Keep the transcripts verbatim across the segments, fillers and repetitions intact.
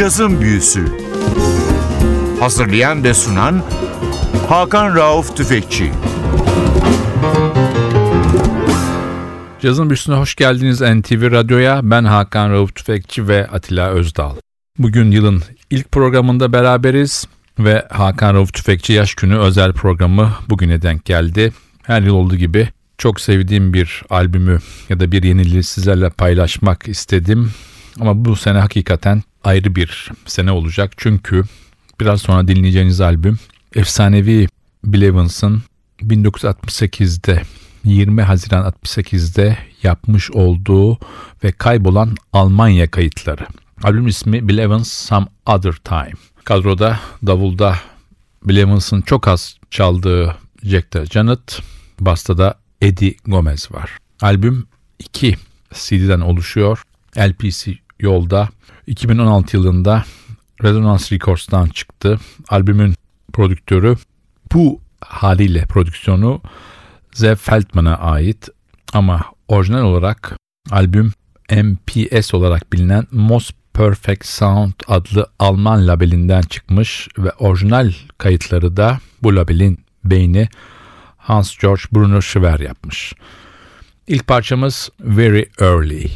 Cazın Büyüsü. Hazırlayan ve sunan Hakan Rauf Tüfekçi. Cazın Büyüsü'ne hoş geldiniz N T V Radyo'ya. Ben Hakan Rauf Tüfekçi ve Atilla Özdal. Bugün yılın ilk programında beraberiz ve Hakan Rauf Tüfekçi Yaş Günü özel programı bugüne denk geldi. Her yıl olduğu gibi çok sevdiğim bir albümü ya da bir yeniliği sizlerle paylaşmak istedim. Ama bu sene hakikaten ayrı bir sene olacak. Çünkü biraz sonra dinleyeceğiniz albüm efsanevi Bill Evans'ın bin dokuz yüz altmış sekizde yirmi Haziran altmış sekizde yapmış olduğu ve kaybolan Almanya kayıtları. Albüm ismi Bill Evans Some Other Time. Kadroda davulda Bill Evans'ın çok az çaldığı Jack Janet, basta da Eddie Gomez var. Albüm iki C D'den oluşuyor. L P'si yolda. iki bin on altı yılında Resonance Records'tan çıktı. Albümün prodüktörü, bu haliyle prodüksiyonu Zev Feldman'a ait ama orijinal olarak albüm M P S olarak bilinen Most Perfect Sound adlı Alman labelinden çıkmış ve orijinal kayıtları da bu labelin beyni Hans Georg Bruno Schwer yapmış. İlk parçamız Very Early.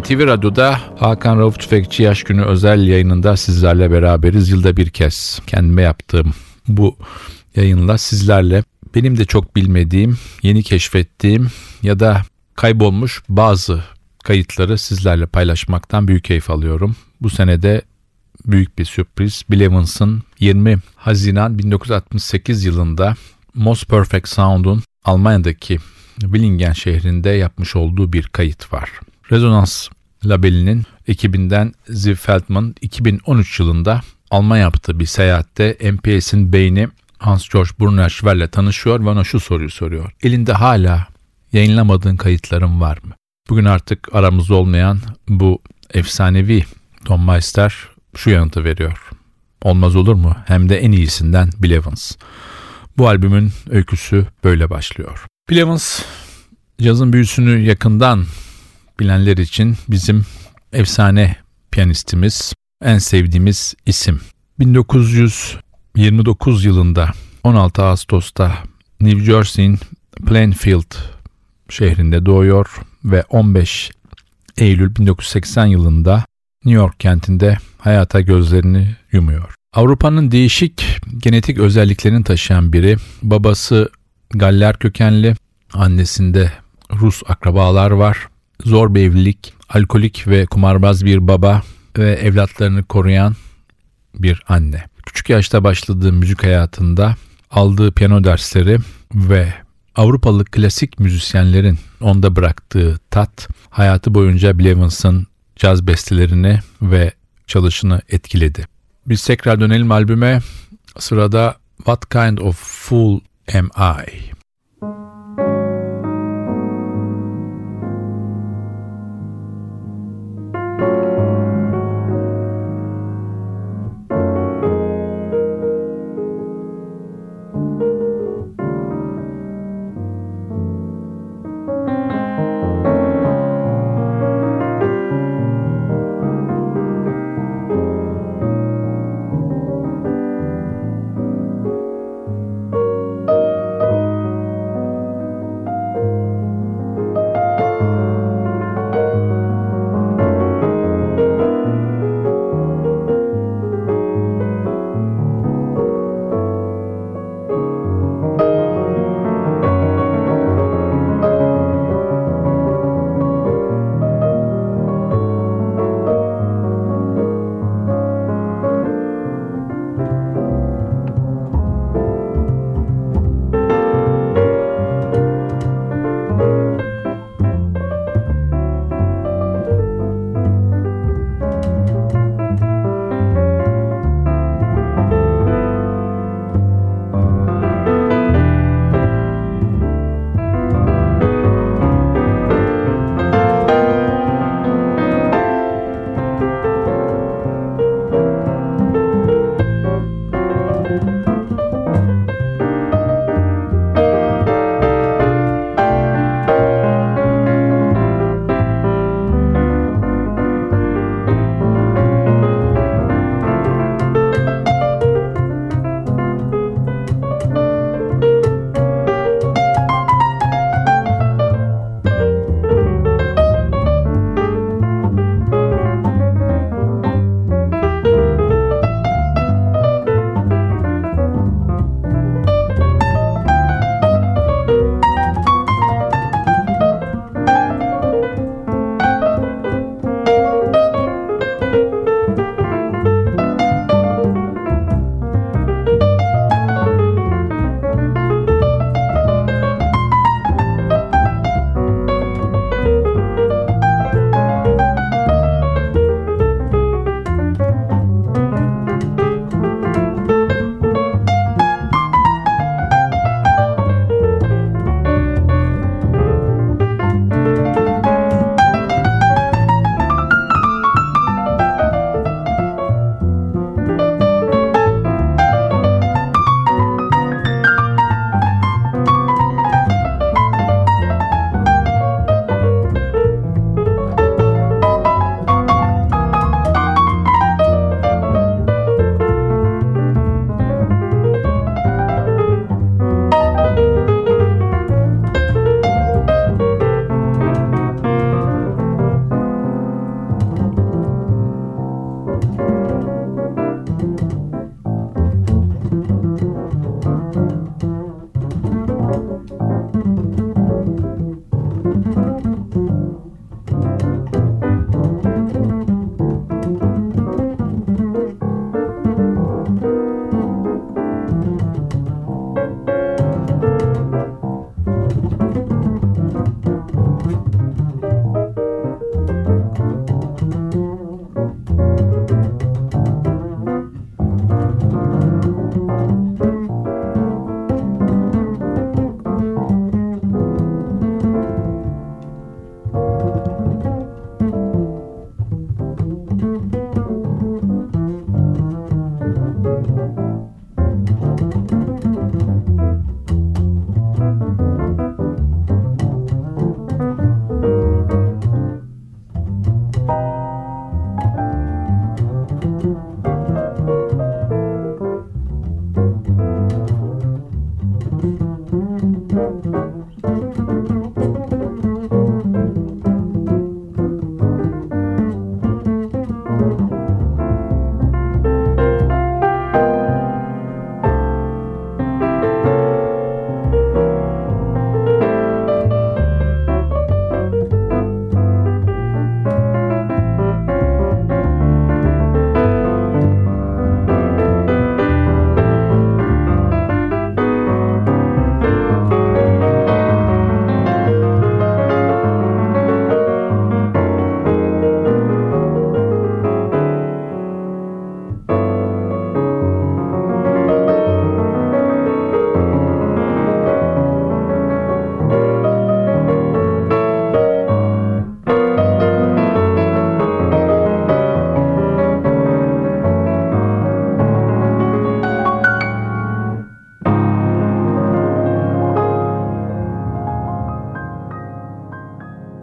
T V Radyo'da Hakan Rauf Tüfekçi Yaş Günü özel yayınında sizlerle beraberiz. Yılda bir kez kendime yaptığım bu yayınla sizlerle benim de çok bilmediğim, yeni keşfettiğim ya da kaybolmuş bazı kayıtları sizlerle paylaşmaktan büyük keyif alıyorum. Bu senede büyük bir sürpriz. Bill Evans'ın yirmi Haziran bin dokuz yüz altmış sekiz yılında Most Perfect Sound'un Almanya'daki Villingen şehrinde yapmış olduğu bir kayıt var. Resonans labelinin ekibinden Ziv Feldman iki bin on üç yılında Almanya yaptığı bir seyahatte M P S'in beyni Hans-Georg Brunner-Schwer'le tanışıyor ve ona şu soruyu soruyor. Elinde hala yayınlamadığın kayıtların var mı? Bugün artık aramızda olmayan bu efsanevi Ton Meister şu yanıtı veriyor. Olmaz olur mu? Hem de en iyisinden Bill Evans. Bu albümün öyküsü böyle başlıyor. Bill Evans, cazın büyüsünü yakından bilenler için bizim efsane piyanistimiz, en sevdiğimiz isim. bin dokuz yüz yirmi dokuz yılında on altı Ağustos'ta New Jersey'in Plainfield şehrinde doğuyor ve on beş Eylül bin dokuz yüz seksen yılında New York kentinde hayata gözlerini yumuyor. Avrupa'nın değişik genetik özelliklerini taşıyan biri. Babası Galler kökenli, annesinde Rus akrabalar var. Zor bir evlilik, alkolik ve kumarbaz bir baba ve evlatlarını koruyan bir anne. Küçük yaşta başladığı müzik hayatında aldığı piyano dersleri ve Avrupalı klasik müzisyenlerin onda bıraktığı tat hayatı boyunca Bill Evans'ın caz bestelerini ve çalışını etkiledi. Biz tekrar dönelim albüme. Sırada What Kind of Fool Am I?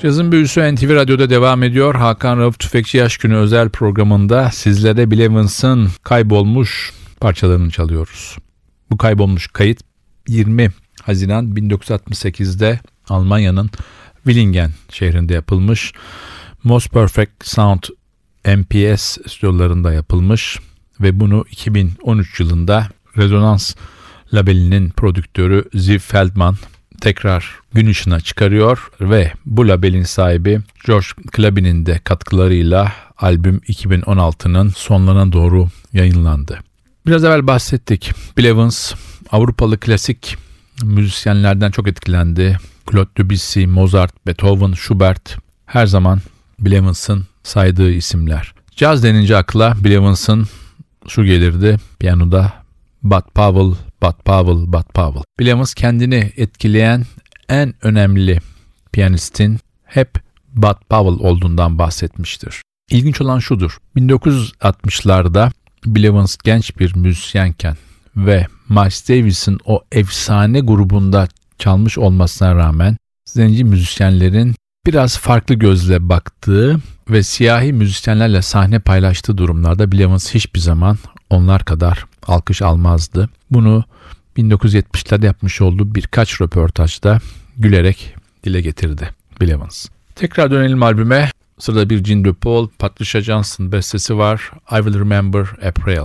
Cazın Büyüsü N T V Radyo'da devam ediyor. Hakan Rauf Tüfekçi Yaş Günü özel programında sizlere Bill Evans'ın Kaybolmuş parçalarını çalıyoruz. Bu kaybolmuş kayıt yirmi Haziran bin dokuz yüz altmış sekizde Almanya'nın Villingen şehrinde yapılmış. Most Perfect Sound M P S stüdyolarında yapılmış ve bunu iki bin on üç yılında Rezonans labelinin prodüktörü Ziv Feldman tekrar gün ışığına çıkarıyor ve bu labelin sahibi George Klabin'in de katkılarıyla albüm iki bin on altının sonlarına doğru yayınlandı. Biraz evvel bahsettik. Bill Evans Avrupalı klasik müzisyenlerden çok etkilendi. Claude Debussy, Mozart, Beethoven, Schubert her zaman Bill Evans'ın saydığı isimler. Caz denince akla Bill Evans'ın şu gelirdi piyanoda: Bud Powell, Bud Powell, Bud Powell. Bill Evans kendini etkileyen en önemli piyanistin hep Bud Powell olduğundan bahsetmiştir. İlginç olan şudur: bin dokuz yüz altmışlarda Bill Evans genç bir müzisyenken ve Miles Davis'in o efsane grubunda çalmış olmasına rağmen zenci müzisyenlerin biraz farklı gözle baktığı ve siyahi müzisyenlerle sahne paylaştığı durumlarda Bill Evans hiçbir zaman onlar kadar alkış almazdı. Bunu bin dokuz yüz yetmişlerde yapmış olduğu birkaç röportajda gülerek dile getirdi Bill Evans. Tekrar dönelim albüme. Sırada bir Jean de Paul, Patricia Johnson bestesi var. I Will Remember April.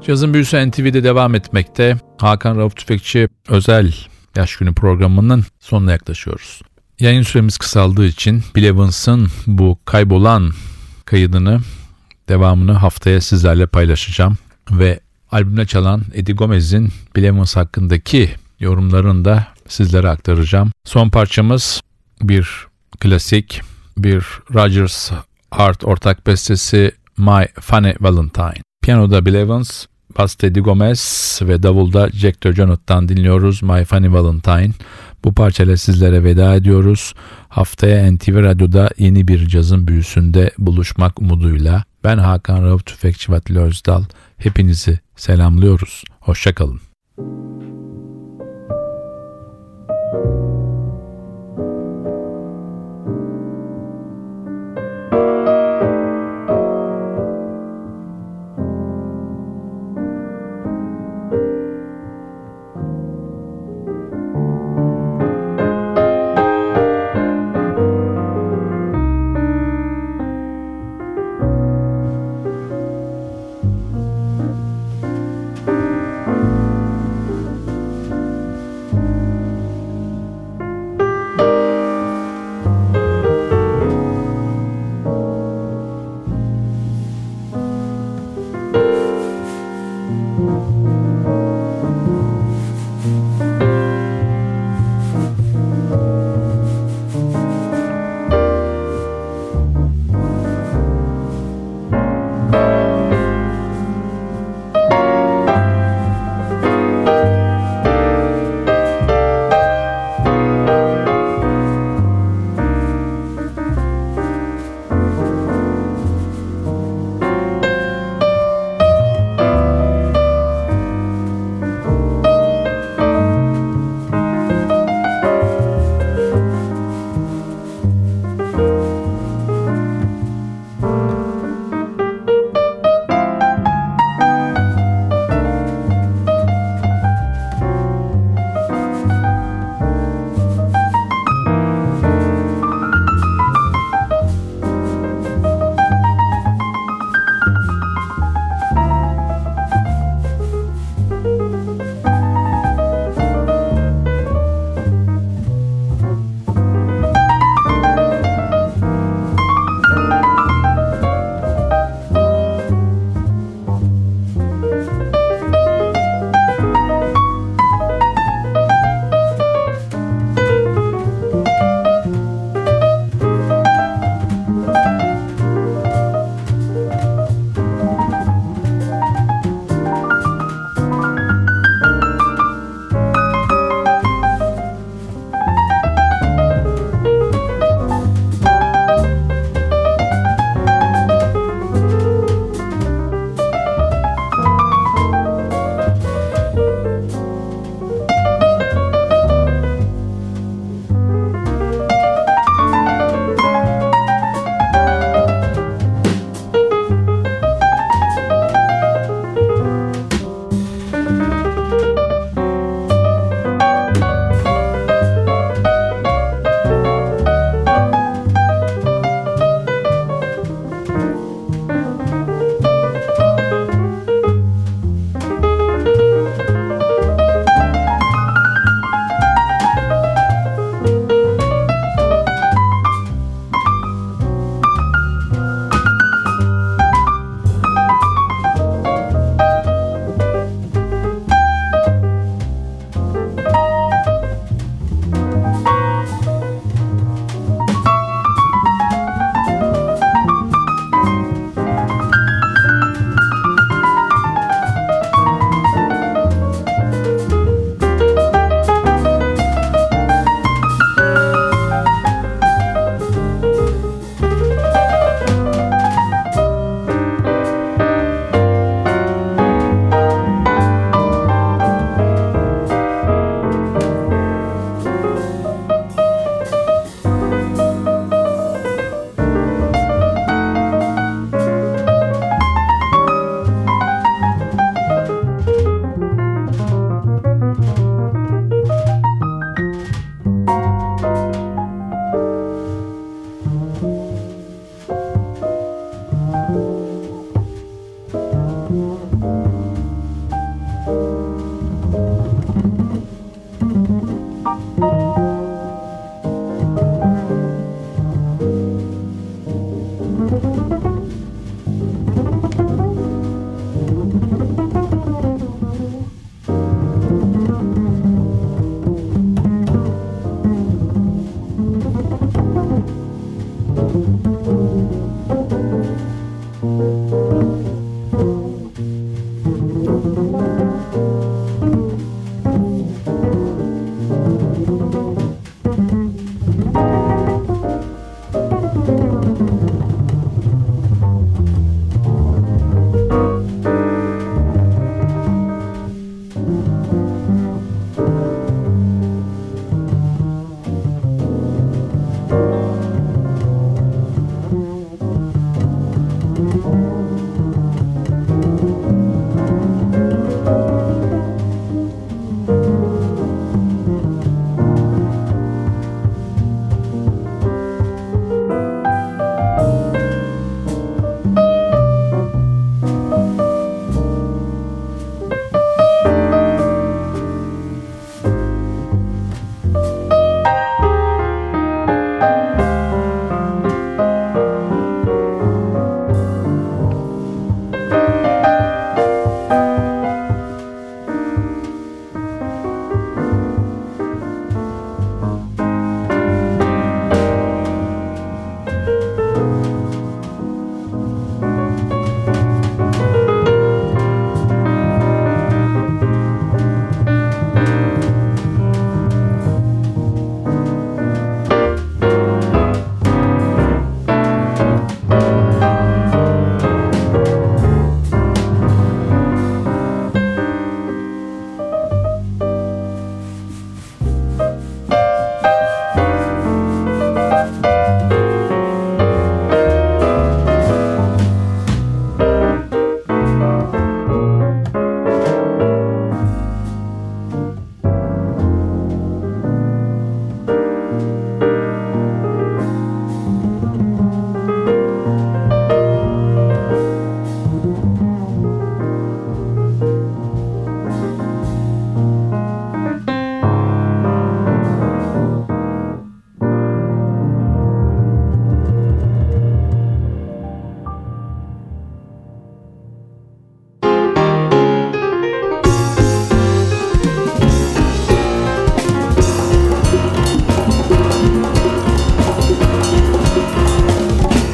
Cazın Büyüsü N T V'de devam etmekte. Hakan Rauf Tüfekçi özel yaş günü programının sonuna yaklaşıyoruz. Yayın süremiz kısaldığı için Bill Evans'ın bu kaybolan kaydını, devamını haftaya sizlerle paylaşacağım. Ve albümde çalan Eddie Gomez'in Bill Evans hakkındaki yorumlarını da sizlere aktaracağım. Son parçamız bir klasik, bir Rodgers Hart ortak bestesi My Funny Valentine. Piyanoda Bill Evans, basta Eddie Gomez ve davulda Jack DeJohnette'dan dinliyoruz My Funny Valentine. Bu parçayla sizlere veda ediyoruz. Haftaya N T V Radyo'da yeni bir cazın büyüsünde buluşmak umuduyla ben Hakan Rauf Tüfekçi ve Atilla Özdal hepinizi selamlıyoruz. Hoşça kalın.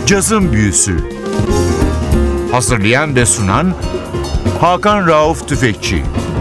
Cazın Büyüsü. Hazırlayan ve sunan Hakan Rauf Tüfekçi.